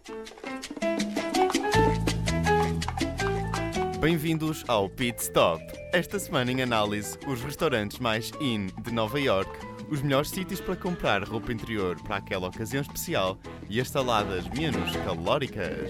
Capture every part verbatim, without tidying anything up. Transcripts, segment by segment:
Bem-vindos ao Pit Stop. Esta semana em análise, os restaurantes mais in de Nova York, os melhores sítios para comprar roupa interior para aquela ocasião especial e as saladas menos calóricas.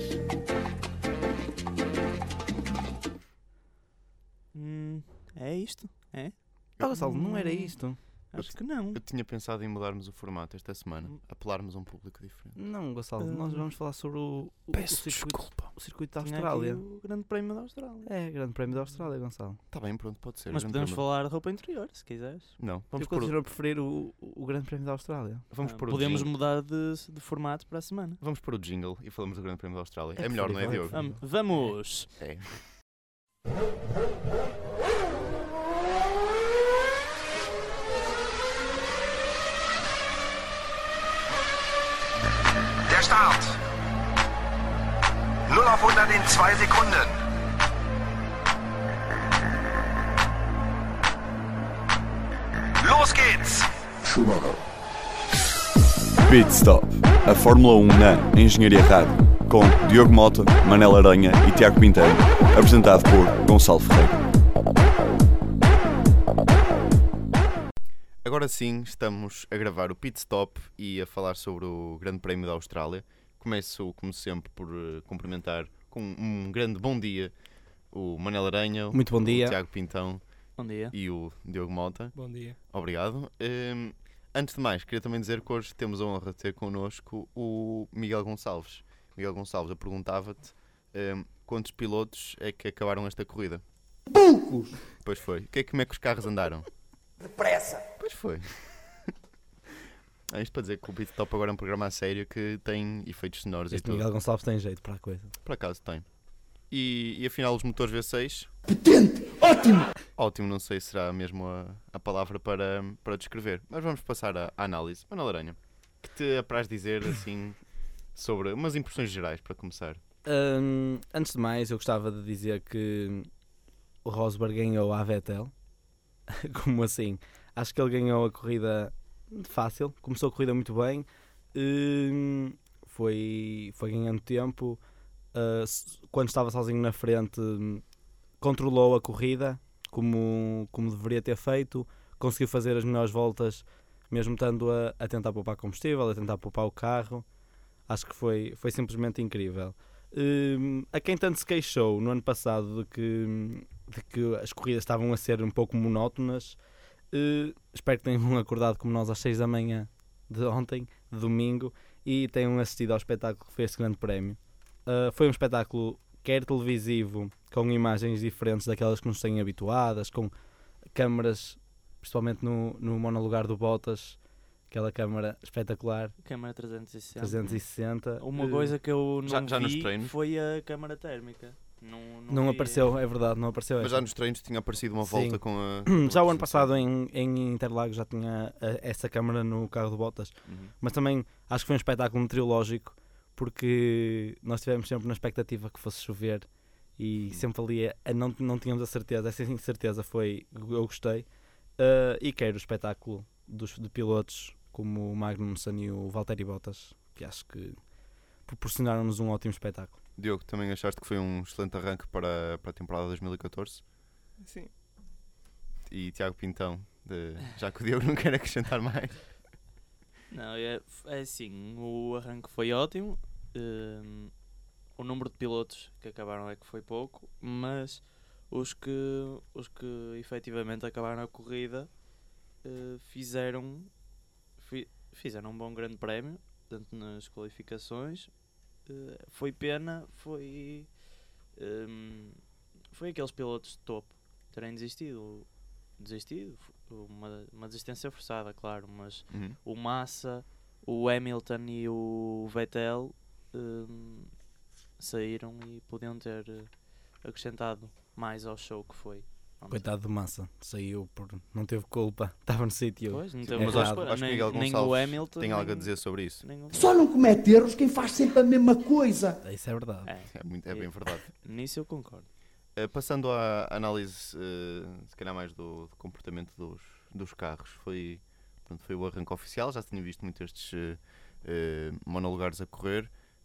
Hum, é isto? É? Ah, Gonçalo, não era isto. Acho que não. Eu tinha pensado em mudarmos o formato esta semana, apelarmos a um público diferente. Não, Gonçalo, Uh, nós vamos falar sobre o, o, Peço o circuito, desculpa. o circuito da Tinha Austrália. aqui o Grande Prémio da Austrália. É, Grande Prémio da Austrália, Gonçalo. Está bem, pronto, pode ser. Mas Grande podemos Prémio. falar de roupa interior, se quiseres. Não, vamos Eu pôr, continuo a preferir o, o Grande Prémio da Austrália. vamos Ah, pôr o podemos jingle. mudar de, de formato para a semana. Vamos pôr o jingle e falamos do Grande Prémio da Austrália. É, É melhor, não é, preferível, Diogo? é Vam- vamos! É. Der Start. null auf hundert in zwei Sekunden. Los geht's. Pit Stop, a Fórmula um na Engenharia Rádio, com Diogo Mota, Manel Aranha e Tiago Pinteiro, apresentado por Gonçalo Ferreira. Agora sim, estamos a gravar o Pit Stop e a falar sobre o Grande Prémio da Austrália. Começo, como sempre, por uh, cumprimentar com um grande bom dia o Manel Aranha, Muito bom dia. o Tiago Pintão Bom dia. e o Diogo Mota. Bom dia. Obrigado. Um, antes de mais, queria também dizer que hoje temos a honra de ter connosco o Miguel Gonçalves. Miguel Gonçalves, eu perguntava-te um, quantos pilotos é que acabaram esta corrida? Poucos! Pois foi. Que é, como é que os carros andaram? Depressa! Pois foi. É isto para dizer que o Pit Stop agora é um programa a sério que tem efeitos sonoros e Este tudo. Miguel Gonçalves tem jeito para a coisa. Por acaso tem. E, e afinal os motores V seis? Potente! Ótimo! Ótimo, não sei se será mesmo a, a palavra para, para descrever. Mas vamos passar à, à análise. Ana Laranha, que te apraz dizer assim sobre umas impressões gerais para começar? Hum, antes de mais, eu gostava de dizer que o Rosberg ganhou a Vettel. Como assim? Acho que ele ganhou a corrida fácil. Começou a corrida muito bem. Hum, foi, foi ganhando tempo. Uh, s- quando estava sozinho na frente, hum, controlou a corrida como, como deveria ter feito. Conseguiu fazer as melhores voltas, mesmo estando a, a tentar poupar combustível, a tentar poupar o carro. Acho que foi, foi simplesmente incrível. Hum, a quem tanto se queixou no ano passado de que, de que as corridas estavam a ser um pouco monótonas, uh, espero que tenham acordado como nós às seis da manhã de ontem, de domingo, e tenham assistido ao espetáculo que foi este grande prémio. Uh, foi um espetáculo quer televisivo, com imagens diferentes daquelas que nos têm habituadas, com câmaras, principalmente no, no monolugar do Bottas, aquela câmara espetacular, Câmara trezentos e sessenta. trezentos e sessenta. Uma Uh, coisa que eu não Já- já nos vi treinos? foi a câmara térmica. Não, não Não vi- apareceu, é verdade, não apareceu Mas essa. já nos treinos tinha aparecido uma Sim. volta com a... Já o ano passado em, em Interlagos já tinha uh, essa câmara no carro do Bottas, Uhum. mas também acho que foi um espetáculo meteorológico, porque nós estivemos sempre na expectativa que fosse chover e sempre ali a, a não, não tínhamos a certeza. Essa incerteza foi, eu gostei, uh, e quero o espetáculo dos de pilotos como o Magnussen e o Valtteri Bottas, que acho que proporcionaram-nos um ótimo espetáculo. Diogo, também achaste que foi um excelente arranque para, para a temporada dois mil e catorze? Sim. E Tiago Pintão, de- já que o Diogo não quer acrescentar mais. Não, é, é assim, o arranque foi ótimo. hum, o número de pilotos que acabaram é que foi pouco, mas os que, os que efetivamente acabaram a corrida eh, fizeram, fi- fizeram um bom grande prémio, tanto nas qualificações. Eh, foi pena, foi, hum, foi aqueles pilotos de topo terem desistido. Desistido, f- uma, uma desistência forçada, claro, mas Uhum. o Massa, o Hamilton e o Vettel hum, saíram e podiam ter eh, acrescentado mais ao show que foi. Vamos Coitado do Massa, saiu por não teve culpa, estava no sítio. Pois, não Sim, teve mas culpa, acho, acho que nem, Miguel nem o Gonçalves Hamilton tem algo a nem- dizer sobre isso. nem o- Só não comete erros quem faz sempre a mesma coisa. Isso é verdade. É, É, muito, é bem verdade. nisso eu concordo. Uh, passando à análise, uh, se calhar mais do, do comportamento dos, dos carros, foi, pronto, foi o arranque oficial, já se tinha visto muito estes uh, uh, monolugares a correr.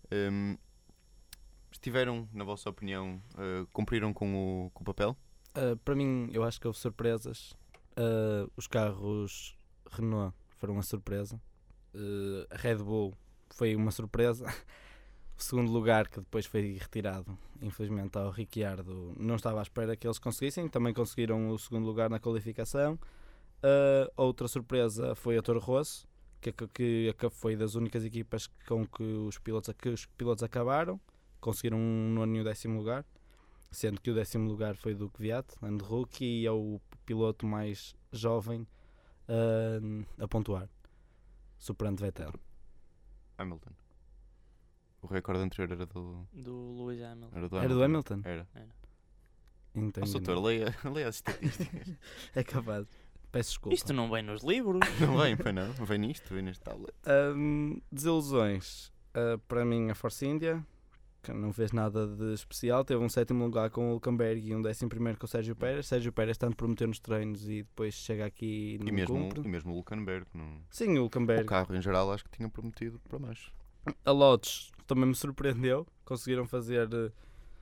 Um, estiveram, na vossa opinião, uh, cumpriram com o, com o papel? Uh, para mim, eu acho que houve surpresas. Uh, os carros Renault foram uma surpresa. Uh, a Red Bull foi uma surpresa. O segundo lugar, que depois foi retirado, infelizmente, ao Ricciardo, não estava à espera que eles conseguissem. Também conseguiram o segundo lugar na qualificação. Uh, outra surpresa foi a Toro Rosso, que, que, que foi das únicas equipas com que os pilotos, que os pilotos acabaram. Conseguiram um nono e o décimo lugar, sendo que o décimo lugar foi do Kvyat, and Rookie, e é o piloto mais jovem uh, a pontuar, superando Vettel. Hamilton. O recorde anterior era do... Do Lewis Hamilton. Era do Era do Hamilton? Era. Era. Então, Nossa, doutor, leia, leia as estatísticas. é capaz. Peço desculpa. Isto não vem nos livros. Não vem, foi não. Vem nisto, vem neste tablet. Um, desilusões. Uh, para mim, a Force India, que não fez nada de especial. Teve um sétimo lugar com o Hülkenberg e um décimo primeiro com o Sérgio Pérez. Sérgio Pérez tanto prometeu nos treinos e depois chega aqui e não E mesmo, cumpre. e mesmo o Hülkenberg. Não... Sim, o Hülkenberg. O carro, em geral, acho que tinha prometido para mais. A Lotus também me surpreendeu. Conseguiram fazer... Uh,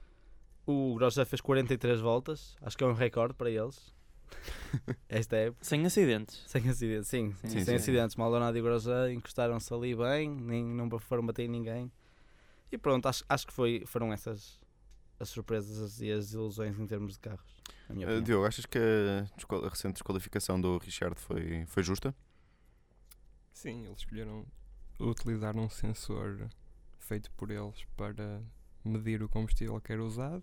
o Grosjean fez quarenta e três voltas. Acho que é um recorde para eles. Esta época. Sem acidentes. Sem acidentes, sim. Sim, sim, sim, sem sim. acidentes. Maldonado e Grosjean encostaram-se ali bem. Nem, não foram bater em ninguém. E pronto, acho, acho que foi, foram essas as surpresas e as ilusões em termos de carros. Na minha Uh, opinião. Diogo, achas que a, desqual- a recente desqualificação do Richard foi, foi justa? Sim, eles escolheram utilizar um sensor feito por eles para medir o combustível que era usado.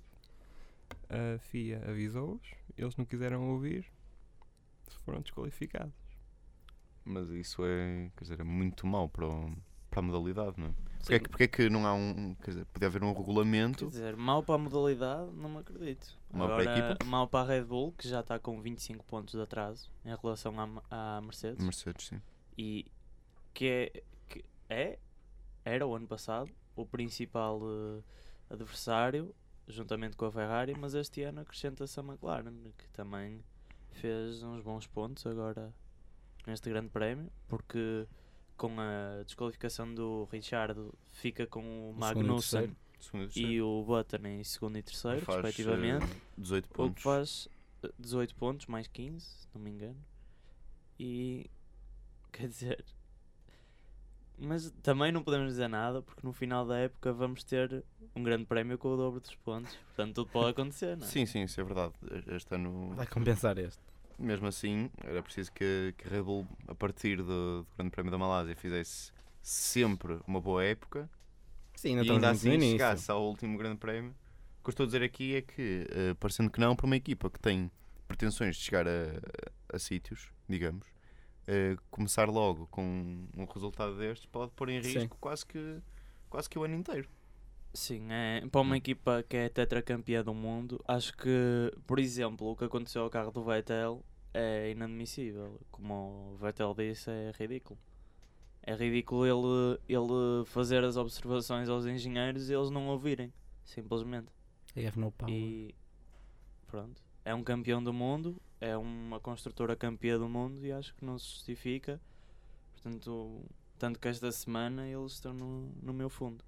A F I A avisou-os, eles não quiseram ouvir, foram desqualificados. Mas isso é, quer dizer, é muito mau para, o- para a modalidade, não é? Porque Sim. é, que, porque é que não há um... Quer dizer, podia haver um Quer regulamento... dizer, mal para a modalidade, não me acredito. Mau para a Agora, equipa? mal para a Red Bull, que já está com vinte e cinco pontos de atraso em relação à, à Mercedes. Mercedes, sim. E que é, que é, era o ano passado, o principal eh, adversário, juntamente com a Ferrari, mas este ano acrescenta-se a McLaren, que também fez uns bons pontos agora neste grande prémio, porque com a desqualificação do Richard fica com o O segundo e Magnussen terceiro. Segundo e e terceiro. o Button em segundo e terceiro, Faz, respectivamente. eh, dezoito O que pontos. faz eh, dezoito pontos mais quinze, se não me engano. E quer dizer, mas também não podemos dizer nada, porque no final da época vamos ter um grande prémio com o dobro dos pontos. Portanto, tudo pode acontecer, não é? Sim, sim, isso é verdade. Este ano, Vai compensar este. mesmo assim, era preciso que, que a Red Bull, a partir do, do Grande Prémio da Malásia, fizesse sempre uma boa época Sim, ainda e estamos ainda muito no assim início. chegasse ao último Grande Prémio. O que eu estou a dizer aqui é que, eh, parecendo que não, para uma equipa que tem pretensões de chegar a, a, a sítios, digamos, eh, começar logo com um resultado destes pode pôr em Sim. risco quase que, quase que o ano inteiro. Sim, é, para uma equipa que é tetracampeã do mundo, acho que, por exemplo, o que aconteceu ao carro do Vettel é inadmissível. Como o Vettel disse, é ridículo. É ridículo ele, ele fazer as observações aos engenheiros e eles não ouvirem, simplesmente. I have no power. E pronto, é um campeão do mundo, é uma construtora campeã do mundo e acho que não se justifica. Portanto, tanto que esta semana eles estão no, no meu fundo.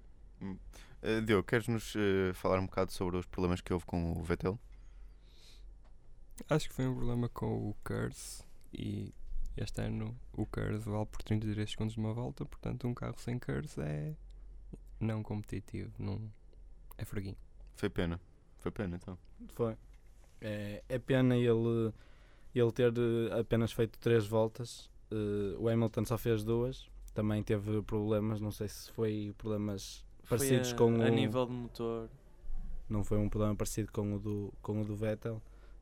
Uh, Diogo, queres-nos uh, falar um bocado sobre os problemas que houve com o Vettel? Acho que foi um problema com o Curse e este ano o Curse vale por trinta e três segundos de uma volta, portanto um carro sem Curse é não competitivo, não é fraguinho. Foi pena. Foi pena, então. Foi. É, é pena ele, ele ter eh, apenas feito três voltas. Eh, o Hamilton só fez duas. Também teve problemas, não sei se foi problemas parecidos Foi a, com a o... nível de motor. Não foi um problema parecido com o do, com o do Vettel.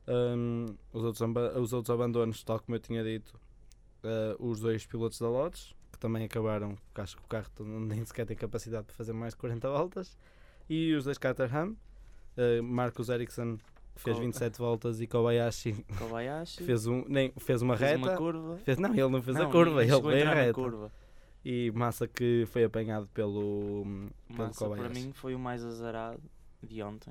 Um, os, outros amba- os outros abandonos, tal como eu tinha dito, uh, os dois pilotos da Lotus, que também acabaram, porque acho que o carro nem sequer tem capacidade para fazer mais de quarenta voltas, e os dois Caterham, uh, Marcus Ericsson fez Co- vinte e sete voltas e Kobayashi Kobayashi fez, um, nem, fez uma fez reta. uma curva. Fez, não, ele não fez Não, a curva, nem ele chegou a foi a entrar na reta. curva. E Massa que foi apanhado pelo, pelo Massa para Kobayashi. mim foi o mais azarado de ontem.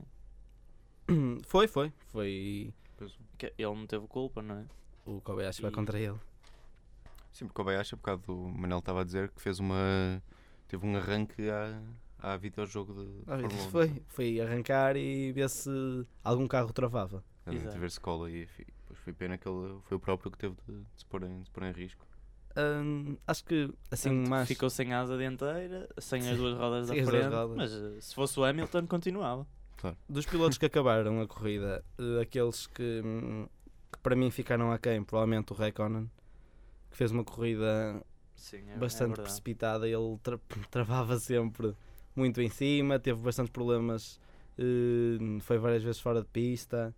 Foi, foi, foi. Que ele não teve culpa, não é? O Kobayashi vai E- contra ele. Sim, porque o Kobayashi, há bocado o Manel estava a dizer que fez uma... Teve um arranque à, há videojogo de Ah, Fórmula isso um. foi, foi arrancar e ver se algum carro travava. Também Exato. ver se cola e fi- depois foi pena que ele foi o próprio que teve de, de se, pôr em, de se pôr em risco. Hum, acho que assim Tanto que mais. Ficou sem asa dianteira, sem as duas rodas da Sem as duas frente, rodas. mas eh, se fosse o Hamilton continuava. Dos pilotos que acabaram a corrida, eh, aqueles que, hum, que para mim ficaram aquém, provavelmente o Raikkonen, que fez uma corrida Sim, é, bastante é verdade. precipitada, ele tra- travava sempre muito em cima, teve bastantes problemas, eh, foi várias vezes fora de pista.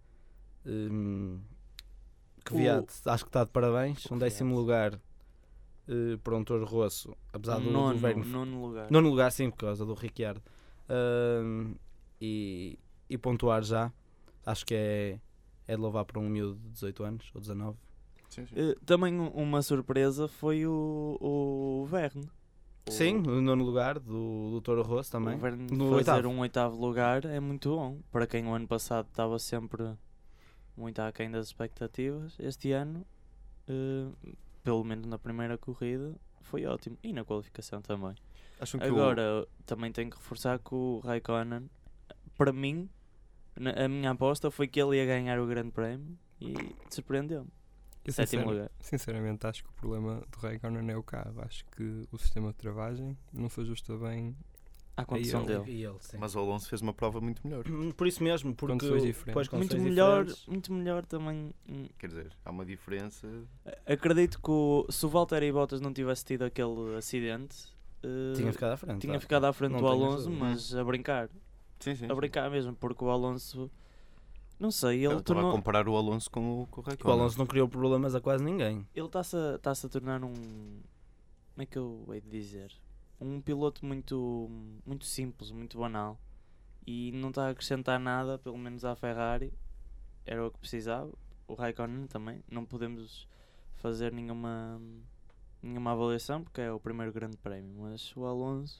hum, que O- Kvyat, acho que está de parabéns, o um décimo Kvyat. lugar eh, para um Toro Rosso, apesar do, nono, do Verne nono lugar. Nono lugar, sim, por causa do Ricciardo. Ahm, e, e pontuar já, acho que é, é de louvar para um miúdo de dezoito anos ou dezanove. Sim, sim. Eh, também um- uma surpresa foi o, o Verne. O- Sim, o nono lugar do, do Toro Rosso também. O Verne No fazer oitavo. um oitavo lugar é muito bom. Para quem o ano passado estava sempre muito aquém das expectativas, este ano, eh, pelo menos na primeira corrida, foi ótimo. E na qualificação também. Acham que Agora, também tenho que reforçar que o Raikkonen, para mim, na- a minha aposta foi que ele ia ganhar o Grande Prémio e surpreendeu-me. Eu Sétimo sincera- lugar. Sinceramente, acho que o problema do Raikkonen é o carro. Acho que o sistema de travagem não se ajusta bem. À condição ele. dele. E ele, sim. Mas o Alonso fez uma prova muito melhor. Por isso mesmo, porque Condições diferentes. depois Muito condições melhor, diferentes, muito melhor também. hum, Quer dizer, há uma diferença. Acredito que o, se o Valtteri Bottas não tivesse tido aquele acidente, eh, tinha ficado à frente. tinha ah. ficado à frente Não do tenho Alonso, dúvida. mas a brincar. Sim, sim. A brincar mesmo, porque o Alonso, não sei, Eu ele estava a tornou. comparar o Alonso com o, com o O Raikkonen. Alonso não criou problemas a quase ninguém. Ele está-se a, tá-se a tornar um. Como é que eu hei de dizer? Um piloto muito, muito simples, muito banal. E não está a acrescentar nada, pelo menos à Ferrari. Era o que precisava. O Raikkonen também. Não podemos fazer nenhuma, nenhuma avaliação porque é o primeiro grande prémio. Mas o Alonso.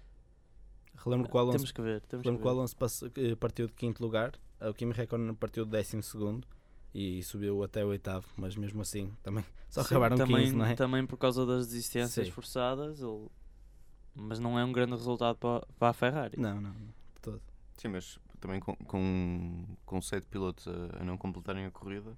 Relembro que o Alonso, Temos que ver. Temos relembro que que o ver. Alonso passou- eh, partiu de quinto lugar, o Kimi Räikkönen partiu de décimo segundo e subiu até o oitavo, mas mesmo assim também só Sim, acabaram também, quinze, não é? Também por causa das desistências Sim. forçadas. Ele... Mas não é um grande resultado para, para a Ferrari. Não, não, não, de todo. Sim, mas também com, com, com sete pilotos a, a não completarem a corrida,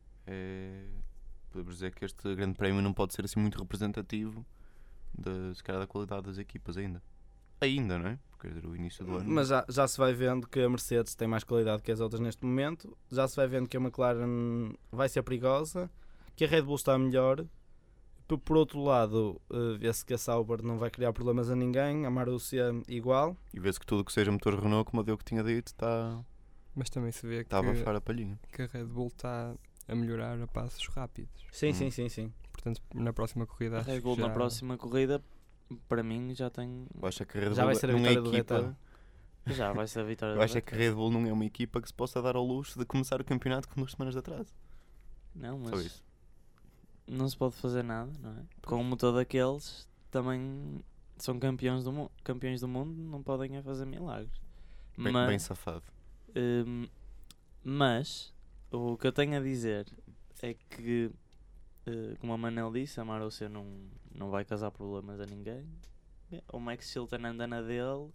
é, podemos dizer que este grande prémio não pode ser assim muito representativo de, se calhar, da qualidade das equipas ainda. Ainda, não é? Quer dizer, o início do ano. Mas já, já se vai vendo que a Mercedes tem mais qualidade que as outras neste momento, já se vai vendo que a McLaren vai ser perigosa, que a Red Bull está melhor. Por, por outro lado, eh, vê-se que a Sauber não vai criar problemas a ninguém, a Marussia igual. E vê-se que tudo que seja motor Renault, como o Diogo tinha dito, está Mas também se vê que, tá a abafar a palhinha. que a Red Bull está a melhorar a passos rápidos. Sim, Hum. sim, sim, sim. Portanto, na próxima corrida A acho Red que Bull já... na próxima corrida, para mim, já tem. Eu acho que a Red Já Bull vai ser a não é vitória do equipa. Vettel. Já vai ser a vitória Eu do acho é que a Vettel. Red Bull não é uma equipa que se possa dar ao luxo de começar o campeonato com duas semanas de atraso. Não, Só mas isso. não se pode fazer nada, não é? Com o motor daqueles, também são campeões do, mu- campeões do mundo, não podem é fazer milagres. Bem, mas, bem safado. hum, mas, o que eu tenho a dizer é que, eh, como a Manel disse, a Marussia não, não vai causar problemas a ninguém. O Max Chilton anda na dele,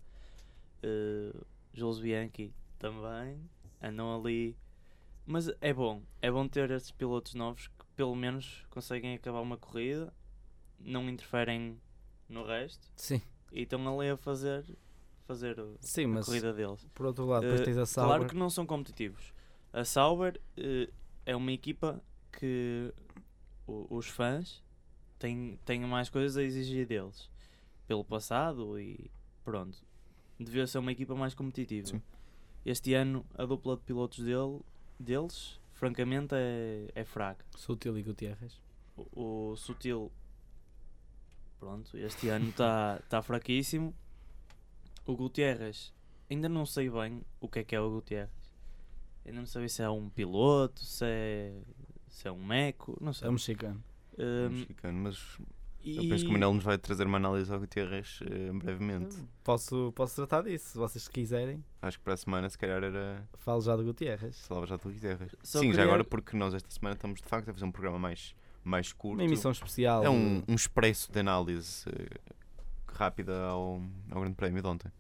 eh, Jules Bianchi também, andam ali. Mas é bom, é bom ter estes pilotos novos que pelo menos conseguem acabar uma corrida, não interferem no resto Sim, e estão ali a fazer, fazer o- sim, a mas corrida deles. por outro lado, depois Eh, tens a Sauber. Claro que não são competitivos. A Sauber eh, é uma equipa que o- os fãs têm, têm mais coisas a exigir deles pelo passado e pronto. Devia ser uma equipa mais competitiva. Sim. Este ano a dupla de pilotos dele, deles, francamente, é, é fraca. Sutil e Gutierrez. O, o Sutil, pronto, este ano está tá fraquíssimo. O Gutierrez, ainda não sei bem o que é que é o Gutierrez. Ainda não sei se é um piloto, se é, se é um meco, não sei. É um mexicano. É Um, mexicano, mas e... eu penso que o Manel nos vai trazer uma análise ao Gutierrez eh, brevemente. Posso, posso tratar disso, se vocês quiserem. Acho que para a semana, se calhar, era. Falo já do Gutierrez. Falava já do Gutierrez. Só Sim, já queria- agora, porque nós esta semana estamos de facto a fazer um programa mais, mais curto. Uma emissão especial. É um, um expresso de análise eh, rápida ao, ao Grande Prémio de ontem.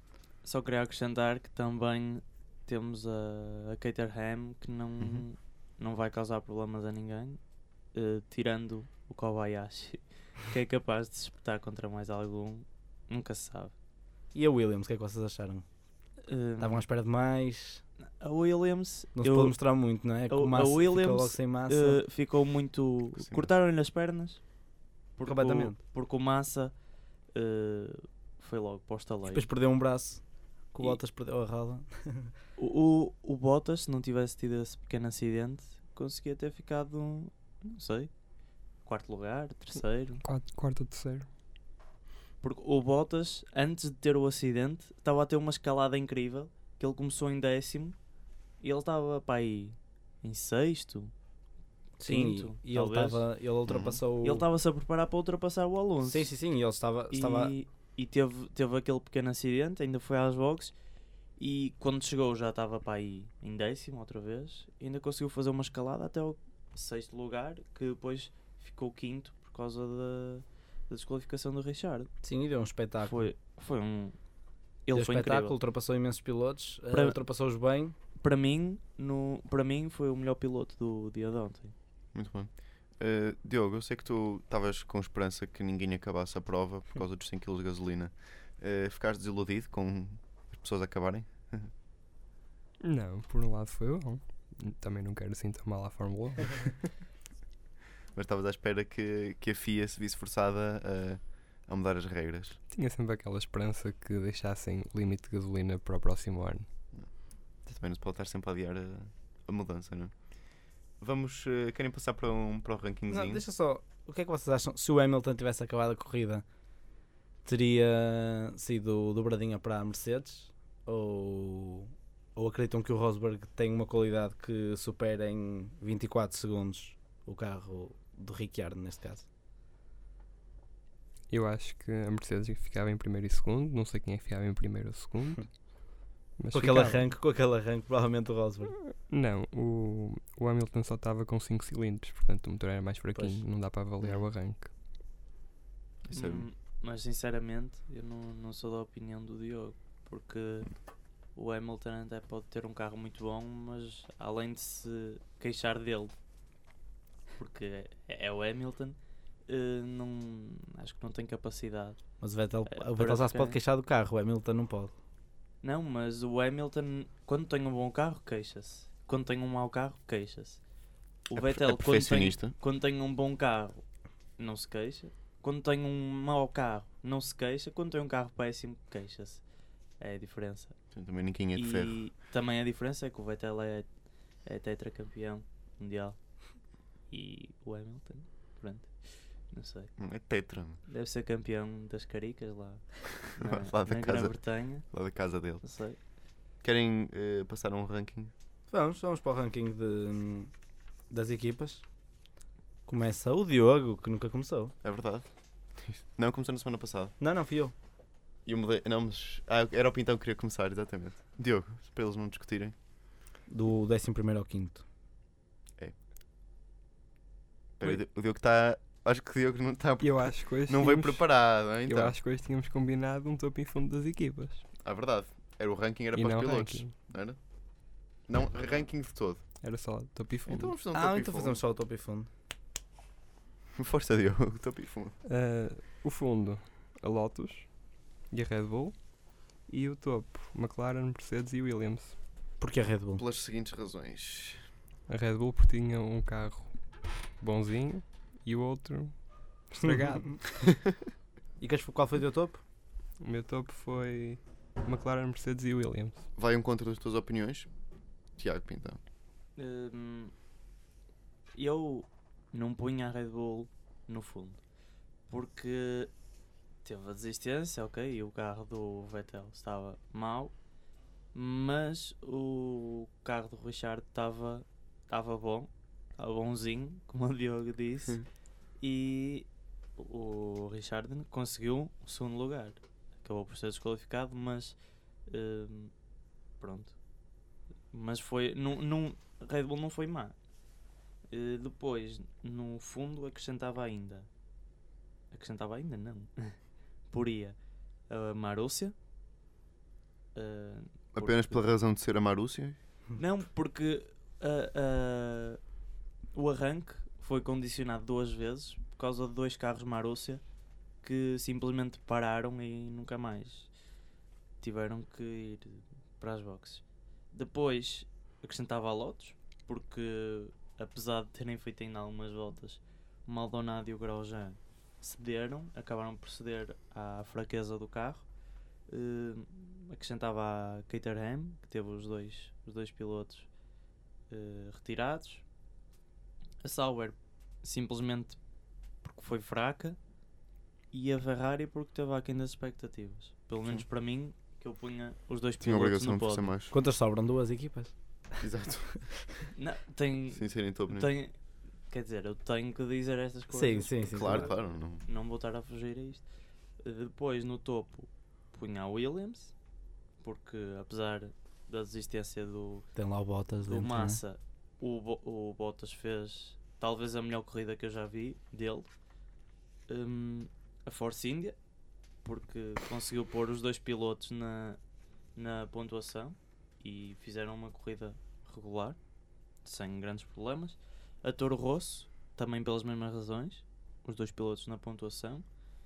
só queria acrescentar que também temos a, a Caterham que não, Uhum. não vai causar problemas a ninguém, eh, tirando o Kobayashi, que é capaz de se espetar contra mais algum, nunca se sabe. E a Williams, o que é que vocês acharam? Eh, Estavam à espera de mais? a Williams, Não se eu- pode mostrar muito, não é? Que a- o a Massa ficou Williams, logo sem massa. eh, ficou muito. Sim. Cortaram-lhe as pernas porque Completamente. O, porque o Massa eh, foi logo para o estaleiro. Depois perdeu um braço. Que o E- Bottas perdeu a roda. O, o, o Bottas, se não tivesse tido esse pequeno acidente, conseguia ter ficado, não sei, quarto lugar, terceiro. Quarto, quarto ou terceiro. Porque o Bottas, antes de ter o acidente, estava a ter uma escalada incrível, que ele começou em décimo e ele estava para aí em sexto, Sim, quinto, e ele, talvez. estava, ele ultrapassou. E ele estava-se a preparar para ultrapassar o Alonso. Sim, sim, sim. E ele estava. E, estava... e teve, teve aquele pequeno acidente, ainda foi às boxes e quando chegou já estava para aí em décimo outra vez e ainda conseguiu fazer uma escalada até ao sexto lugar, que depois ficou quinto por causa da, da desqualificação do Richard. Sim, e deu um espetáculo. Foi, foi um... Deu Ele foi espetáculo, incrível. ultrapassou imensos pilotos, eh, Para- ultrapassou-os bem. Para mim, no, para mim foi o melhor piloto do dia de ontem. Muito bem. Uh, Diogo, eu sei que tu estavas com esperança que ninguém acabasse a prova por causa dos cem quilos de gasolina. Uh, ficaste desiludido com as pessoas acabarem? Não, por um lado foi bom. Também não quero assim tão mal à Fórmula um. Mas estavas à espera que, que a F I A se visse forçada a, a mudar as regras? Tinha sempre aquela esperança que deixassem o limite de gasolina para o próximo ano. Também não se pode estar sempre a adiar a, a mudança, não é? Vamos, uh, querem passar para, um, para o rankingzinho? Não, deixa só. O que é que vocês acham? Se o Hamilton tivesse acabado a corrida, teria sido dobradinha para a Mercedes? Ou, ou acreditam que o Rosberg tem uma qualidade que supera em vinte e quatro segundos o carro do Ricciardo, neste caso? Eu acho que a Mercedes ficava em primeiro e segundo. Não sei quem é que ficava em primeiro ou segundo. Mas Com aquele ficava. arranque, com aquele arranque, provavelmente o Rosberg. Não, o, o Hamilton só estava com cinco cilindros, portanto o motor era mais fraquinho, Pois. não dá para avaliar o arranque. Isso é- Hum, mas sinceramente, eu não, não sou da opinião do Diogo, porque o Hamilton até pode ter um carro muito bom, mas além de se queixar dele, porque é, é o Hamilton, eh, não, acho que não tem capacidade. Mas o Vettel, É, o Vettel parece já se que pode é. queixar do carro, o Hamilton não pode. Não, mas o Hamilton, quando tem um bom carro, queixa-se. Quando tem um mau carro, queixa-se. O É Vettel, é quando tem, perfeccionista. quando tem um bom carro, não se queixa. Quando tem um mau carro, não se queixa. Quando tem um carro péssimo, queixa-se. É a diferença. Portanto, também ninguém é de ferro. E também a diferença é que o Vettel é, é tetracampeão mundial. E o Hamilton, pronto, não sei. É tetra, Deve ser campeão das caricas lá na, Lá da na casa. Grã-Bretanha. lá da casa dele. Não sei. Querem uh, passar a um ranking? Vamos, vamos para o ranking de, das equipas. Começa o Diogo, que nunca começou. É verdade. Não, começou na semana passada. Não, não, fui eu. E eu mudei. Não, mas. Ah, era o Pintão que queria começar, exatamente. Diogo, para eles não discutirem. Do décimo primeiro ao quinto. Espera, o Diogo está. Acho que o Diogo não está. Eu acho que hoje Não veio tínhamos- preparado, hein, então. Eu acho que hoje tínhamos combinado um topo e fundo das equipas. Ah, verdade. Era o ranking, era e para não os pilotos. ranking. Não era? Não, ranking de todo. Era só topo e fundo. Então vamos fazer um Ah, topo e então fundo. fazemos só o topo e fundo. Força, Diogo, topo e fundo. Ah, o fundo, a Lotus e a Red Bull. E o topo, McLaren, Mercedes e Williams. Porque a Red Bull. Pelas seguintes razões. A Red Bull porque tinha um carro bonzinho e o outro estragado. E queres- qual foi o teu topo? O meu topo foi McLaren, Mercedes e Williams. Vai em contra das tuas opiniões? Tiago Pintão. Hum, eu não punha a Red Bull no fundo porque teve a desistência, ok, e o carro do Vettel estava mau, mas o carro do Richard estava estava bom, estava bonzinho, como o Diogo disse, Hum. e o Richard conseguiu o segundo lugar. Acabou por ser desqualificado, mas hum, pronto. Mas foi. Não, não, Red Bull não foi má. Eh, depois, no fundo, acrescentava ainda. Acrescentava ainda? Não. Poria a Marussia, Uh, Apenas porque- pela razão de ser a Marúcia? Não, porque ah, ah, o arranque foi condicionado duas vezes por causa de dois carros Marúcia que simplesmente pararam e nunca mais tiveram que ir para as boxes. Depois acrescentava a Lotus, porque apesar de terem feito ainda algumas voltas, o Maldonado e o Grosjean cederam, acabaram por ceder à fraqueza do carro. Uh, acrescentava a Caterham, que teve os dois, os dois pilotos uh, retirados. A Sauber simplesmente porque foi fraca, e a Ferrari porque teve aquém das expectativas. Pelo menos Sim. para mim, que eu punha os dois Tinha a pilotos obrigação no de forçar pódio. mais. Quantas sobram? Duas equipas? Exato. Não, tem, Sem serem topo, né? tem, quer dizer, eu tenho que dizer estas Sim, coisas. sim, sim. Claro, claro. Não. Não vou estar a fugir a isto. Uh, Depois no topo punha a Williams, porque apesar da desistência do, Tem lá o Bottas do dentro, não é? Massa, o, Bo- o Bottas fez talvez a melhor corrida que eu já vi dele. Um, a Force India, porque conseguiu pôr os dois pilotos na, na pontuação e fizeram uma corrida regular, sem grandes problemas. A Toro Rosso, também pelas mesmas razões, os dois pilotos na pontuação,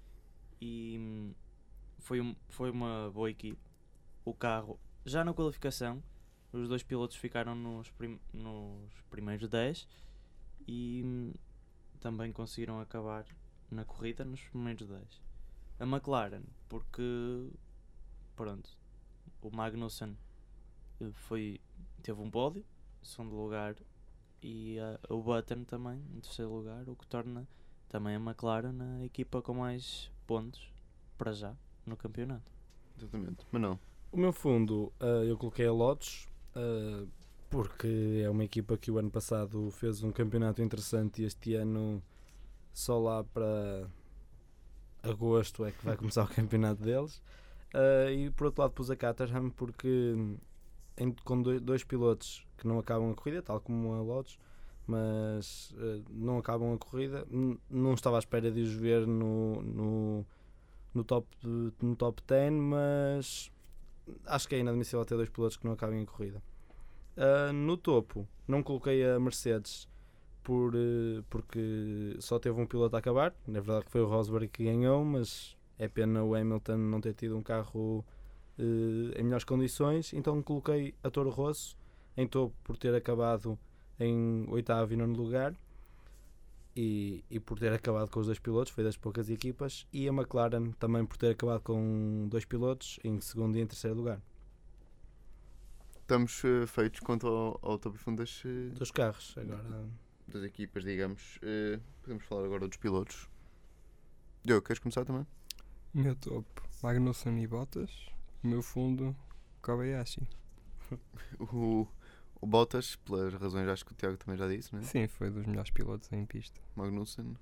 e hum, foi, um, foi uma boa equipe. O carro, já na qualificação, os dois pilotos ficaram nos, prim- nos primeiros dez e hum, também conseguiram acabar na corrida nos primeiros dez. A McLaren, porque pronto, o Magnussen eh, foi, teve um pódio, segundo lugar, e ah, o Button também em terceiro lugar, o que torna também a McLaren a equipa com mais pontos para já no campeonato. Exatamente. Mas não. O meu fundo, ah, eu coloquei a Lotus, ah, porque é uma equipa que o ano passado fez um campeonato interessante e este ano só lá para agosto é que vai começar o campeonato deles. Ah, e por outro lado pus a Caterham porque em- com dois, dois pilotos que não acabam a corrida, tal como a Lotus, mas ah, não acabam a corrida, n- não estava à espera de os ver no, no, no, top, no top dez, mas acho que é inadmissível ter dois pilotos que não acabem a corrida. Ah, no topo, não coloquei a Mercedes por, eh, porque só teve um piloto a acabar. Na verdade que foi o Rosberg que ganhou, mas é pena o Hamilton não ter tido um carro eh, em melhores condições. Então coloquei a Toro Rosso em topo por ter acabado em oitavo e nono lugar e, e por ter acabado com os dois pilotos, foi das poucas equipas, e a McLaren também por ter acabado com dois pilotos em segundo e em terceiro lugar. Estamos eh, feitos quanto ao, ao topo e fundo das, eh, Dos carros agora. das equipas, digamos. Eh, podemos falar agora dos pilotos. Diogo, queres começar também? O meu topo, Magnussen e Bottas. O meu fundo, Kobayashi. O, o Bottas, pelas razões acho que o Tiago também já disse, né? Sim, foi dos melhores pilotos em pista. Magnussen.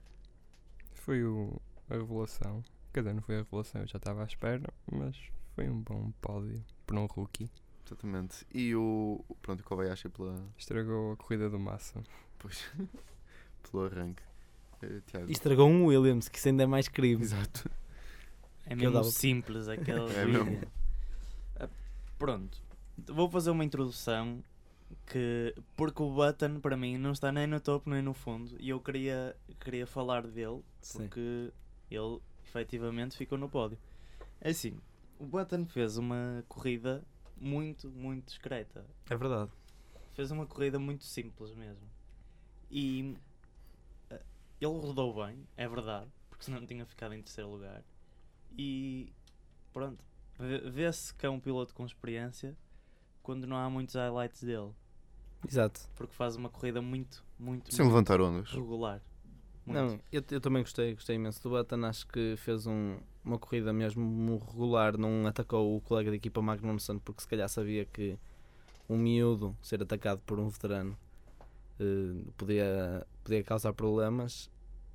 Foi o, a revelação. Quer dizer, não foi a revelação, eu já estava à espera, mas foi um bom pódio para um rookie. Exatamente. E o, o- pronto, o Kobayashi pela, Estragou a corrida do Massa. pois, pelo arranque. Eh, Tiago. E estragou um Williams, que isso ainda é mais crime. Exato. É Que eu mesmo dava- simples aquele É vídeo. mesmo. Ah, pronto, vou fazer uma introdução que, porque o Button para mim não está nem no topo nem no fundo, e eu queria, queria falar dele Sim. porque ele efetivamente ficou no pódio. É assim, o Button fez uma corrida muito, muito discreta. É verdade. Fez uma corrida muito simples mesmo. E eh, ele rodou bem, é verdade, porque senão não tinha ficado em terceiro lugar. E pronto, vê- vê-se que é um piloto com experiência quando não há muitos highlights dele, Exato. porque faz uma corrida muito, muito, Sem muito levantar ondas. regular. Muito. Não, eu, eu também gostei, gostei imenso do Button. Acho que fez um, uma corrida mesmo regular. Não atacou o colega de equipa Magnussen porque se calhar sabia que um miúdo ser atacado por um veterano eh, podia, podia causar problemas.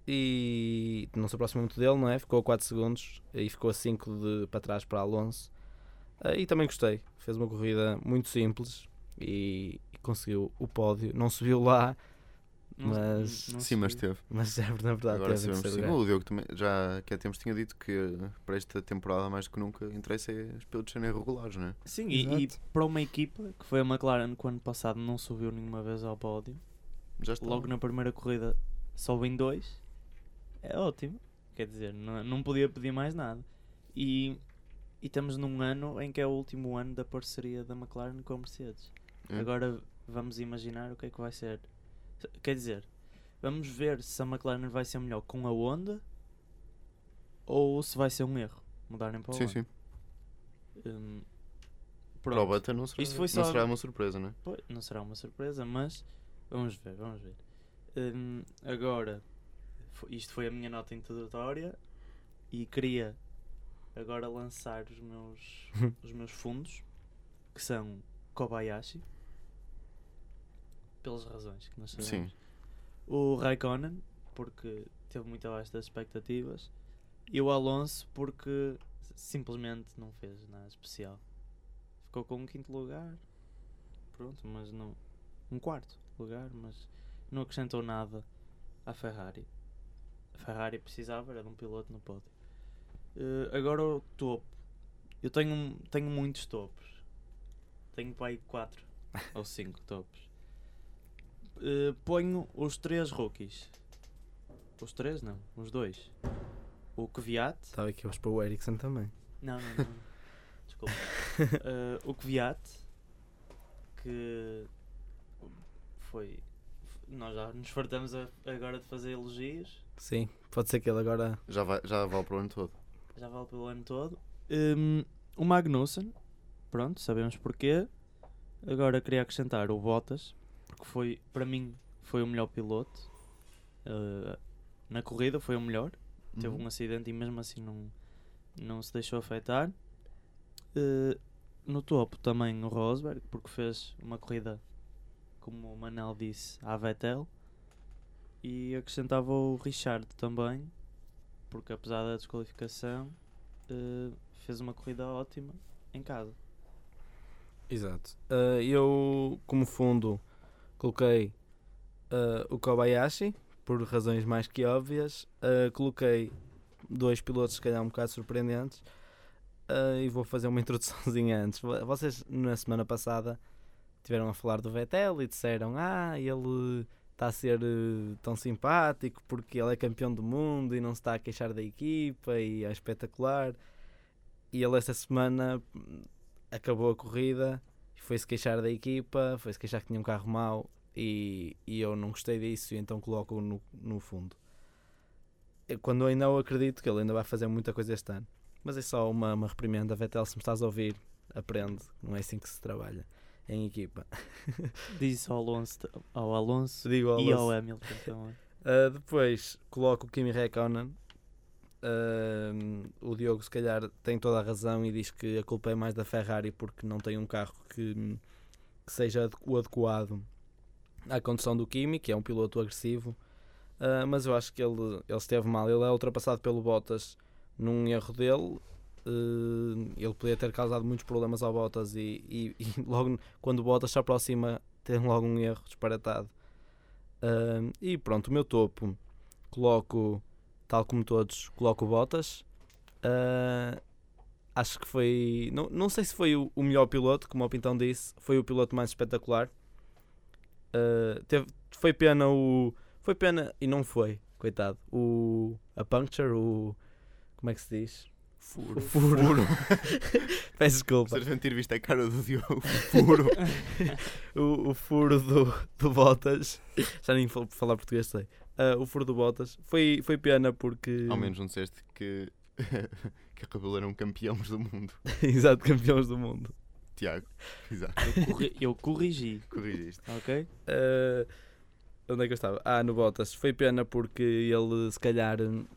E não se aproxima muito dele, não é? Ficou a quatro segundos e ficou a cinco de, para trás para Alonso. Eh, e também gostei. Fez uma corrida muito simples e, e conseguiu o pódio. Não subiu lá Não- Mas- não Sim, mas sei. teve. Mas já, na verdade, Agora teve em sabemos que terceiro sim. lugar. O Diogo também, já que há tempos tinha dito que eh, para esta temporada, mais do que nunca, interessa é os pilotos serem regulares, não é? Sim, e, e Exato. para uma equipa que foi a McLaren que o ano passado não subiu nenhuma vez ao pódio, Já está. logo na primeira corrida sobe em dois, é ótimo. Quer dizer, não, não podia pedir mais nada. E, e estamos num ano em que é o último ano da parceria da McLaren com a Mercedes. É. Agora vamos imaginar o que é que vai ser. Quer dizer, vamos ver se a McLaren vai ser melhor com a Honda ou se vai ser um erro mudarem para o Sim, ano. sim. Hum, Para o pronto. Button não será, Isto foi não só- será uma surpresa, não é? Pois, não será uma surpresa, mas vamos ver, vamos ver. Hum, agora, fo- isto foi a minha nota introdutória e queria agora lançar os meus, os meus fundos, que são Kobayashi, pelas razões que nós sabemos. Sim. O Raikkonen, porque teve muito abaixo das expectativas, e o Alonso, porque simplesmente não fez nada especial. Ficou com um quinto lugar, pronto, mas não. Um quarto lugar, mas não acrescentou nada à Ferrari. A Ferrari precisava, era de um piloto no pódio. Eh, agora o topo. Eu tenho, tenho muitos topos. Tenho para aí quatro ou cinco topos. Eh, ponho os três rookies. Os três não, os dois. O Kvyat. Estava aqui hoje para o Ericsson também. Não, não, não. Desculpa. Eh, o Kvyat, que foi. Nós já nos fartamos a- agora de fazer elogios. Sim, pode ser que ele agora. Já, vai, já vale para o ano todo. Já vale pelo ano todo. Hum, o Magnussen, pronto, sabemos porquê. Agora queria acrescentar o Bottas, porque foi, para mim, foi o melhor piloto. Uh, na corrida foi o melhor. Teve Uhum. um acidente e mesmo assim não, não se deixou afetar. Uh, no topo também o Rosberg, porque fez uma corrida, como o Manel disse, à Vettel. E acrescentava o Richard também, porque apesar da desqualificação, uh, fez uma corrida ótima em casa. Exato. Uh, eu, como fundo, coloquei uh, o Kobayashi, por razões mais que óbvias. Uh, coloquei dois pilotos, se calhar, um bocado surpreendentes. Uh, e vou fazer uma introduçãozinha antes. Vo- Vocês, na semana passada, tiveram a falar do Vettel e disseram: Ah, ele está a ser uh, tão simpático porque ele é campeão do mundo e não se está a queixar da equipa e é espetacular. E ele, esta semana, acabou a corrida e foi-se queixar da equipa, foi-se queixar que tinha um carro mau e, e eu não gostei disso e então coloco-o no, no fundo. Eu, quando eu ainda eu acredito que ele ainda vai fazer muita coisa este ano. Mas é só uma, uma reprimenda. Vettel, se me estás a ouvir, aprende. Não é assim que se trabalha em equipa. Diz ao Alonso, ao Alonso Digo ao e Alonso. ao Hamilton também. Uh, depois coloco o Kimi Räikkönen. Uh, o Diogo, se calhar, tem toda a razão e diz que a culpa é mais da Ferrari porque não tem um carro que, que seja ade- o adequado à condução do Kimi, que é um piloto agressivo. Uh, mas eu acho que ele, ele esteve mal. Ele é ultrapassado pelo Bottas num erro dele. Uh, ele podia ter causado muitos problemas ao Bottas e, e, e logo quando o Bottas se aproxima tem logo um erro disparatado. Uh, e pronto, o meu topo coloco, tal como todos, coloco o Bottas. Uh, acho que foi, não, não sei se foi o, o melhor piloto, como o Pintão disse, foi o piloto mais espetacular. Uh, teve, foi pena o, foi pena e não foi, coitado, o, a puncture, o, como é que se diz? Furo. O furo. Peço desculpa. Vocês devem ter visto a cara do Diogo. Furo. o, o furo do, do Bottas, já nem falo falar português sei. Uh, o furo do Bottas foi, foi pena porque Ao menos não disseste que, que a Red Bull eram campeões do mundo. exato, campeões do mundo. Tiago. Exato. Eu, corri- eu corrigi, Corrigiste. ok? Uh, onde é que eu estava? Ah, no Bottas. Foi pena porque ele se calhar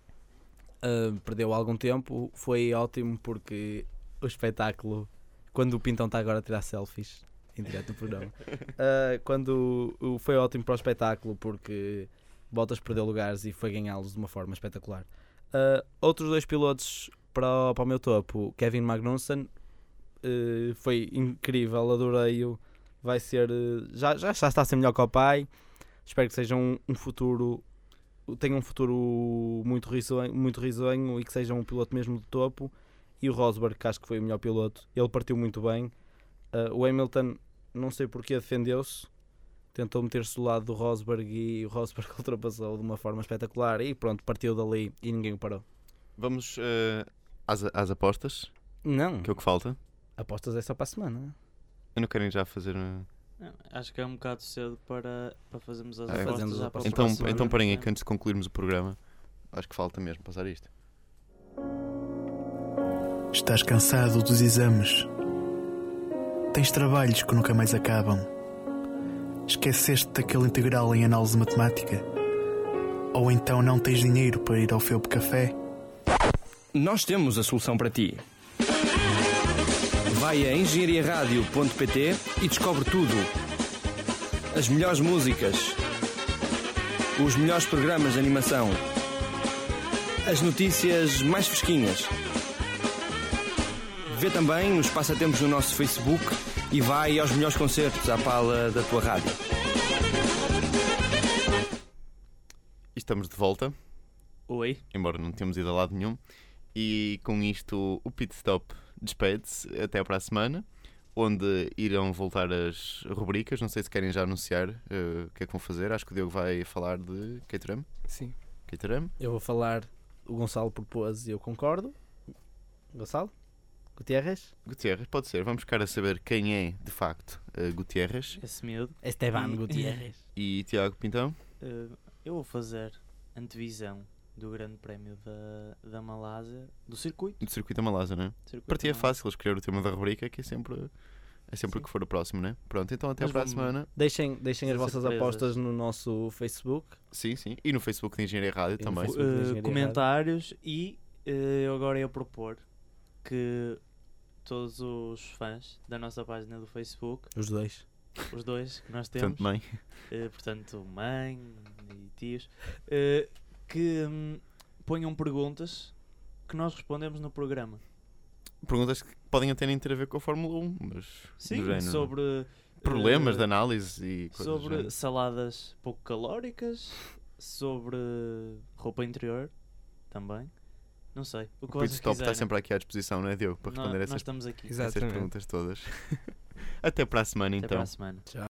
uh, perdeu algum tempo. Foi ótimo porque o espetáculo, quando o Pintão está agora a tirar selfies em direto no programa, uh, quando o, foi ótimo para o espetáculo porque Bottas perdeu lugares e foi ganhá-los de uma forma espetacular. Uh, outros dois pilotos para o, para o meu topo, Kevin Magnussen, uh, foi incrível, adorei-o. Vai ser, uh, já, já, já está a ser melhor que o pai. espero que seja um, um futuro, tenha um futuro muito risonho, muito risonho e que seja um piloto mesmo de topo. E o Rosberg, que acho que foi o melhor piloto, ele partiu muito bem. Uh, o Hamilton, não sei porque defendeu-se, tentou meter-se do lado do Rosberg e o Rosberg ultrapassou de uma forma espetacular e pronto, partiu dali e ninguém o parou. Vamos uh, às, às apostas, Não, que é o que falta. apostas é só para a semana. Eu não quero já fazer... Uh... Não, acho que é um bocado cedo para, para fazermos as É. apostas Fazemos já as para o apostas. Então, próximo então ano, parem né? aqui antes de concluirmos o programa. Acho que falta mesmo passar isto. Estás cansado dos exames? Tens trabalhos que nunca mais acabam? Esqueceste daquele integral em análise matemática? Ou então não tens dinheiro para ir ao Felpe Café? Nós temos a solução para ti. Vai a engenharia rádio ponto pt e descobre tudo. As melhores músicas, os melhores programas de animação, as notícias mais fresquinhas. Vê também os passatempos no nosso Facebook e vai aos melhores concertos à pala da tua rádio. E estamos de volta, Oi. embora não tenhamos ido a lado nenhum. E com isto o Pit Stop despede-se até para a semana, onde irão voltar as rubricas. Não sei se querem já anunciar uh, o que é que vão fazer. Acho que o Diogo vai falar de Caterham. Sim. Caterham. Eu vou falar, o Gonçalo propôs e eu concordo. Gonçalo? Gutierrez? Gutierrez, pode ser. Vamos ficar a saber quem é de facto uh, Gutierrez. Esse medo. Esteban E- Gutierrez. E Tiago Pintão. Uh, eu vou fazer antevisão do Grande Prémio da, da Malásia, do circuito. Do circuito da Malásia, não é? circuito Para ti é da Malásia. fácil escolher o tema da rubrica, que é sempre, é sempre o Sim. que for o próximo, não é? Pronto, então até Mas para a vamos- semana. Deixem, deixem as Sem vossas surpresas. apostas no nosso Facebook. Sim, sim. E no Facebook de Engenharia Rádio E no também. Facebook. Uh, Engenharia comentários e uh, eu agora ia propor que todos os fãs da nossa página do Facebook, Os dois. os dois que nós temos, Portanto, mãe. uh, portanto mãe e tios, uh, que hum, ponham perguntas que nós respondemos no programa. Perguntas que podem até nem ter a ver com a Fórmula um, mas Sim, do género. sobre Problemas uh, de análise e coisas do sobre género. saladas pouco calóricas, sobre roupa interior também. Não sei. O que O Pit vocês Stop está quiserem. sempre aqui à disposição, não é, Diogo? Para Nó- responder nós essas, estamos aqui. Exato. essas Exatamente. perguntas todas. Até para a semana, Até então. para a semana. Tchau.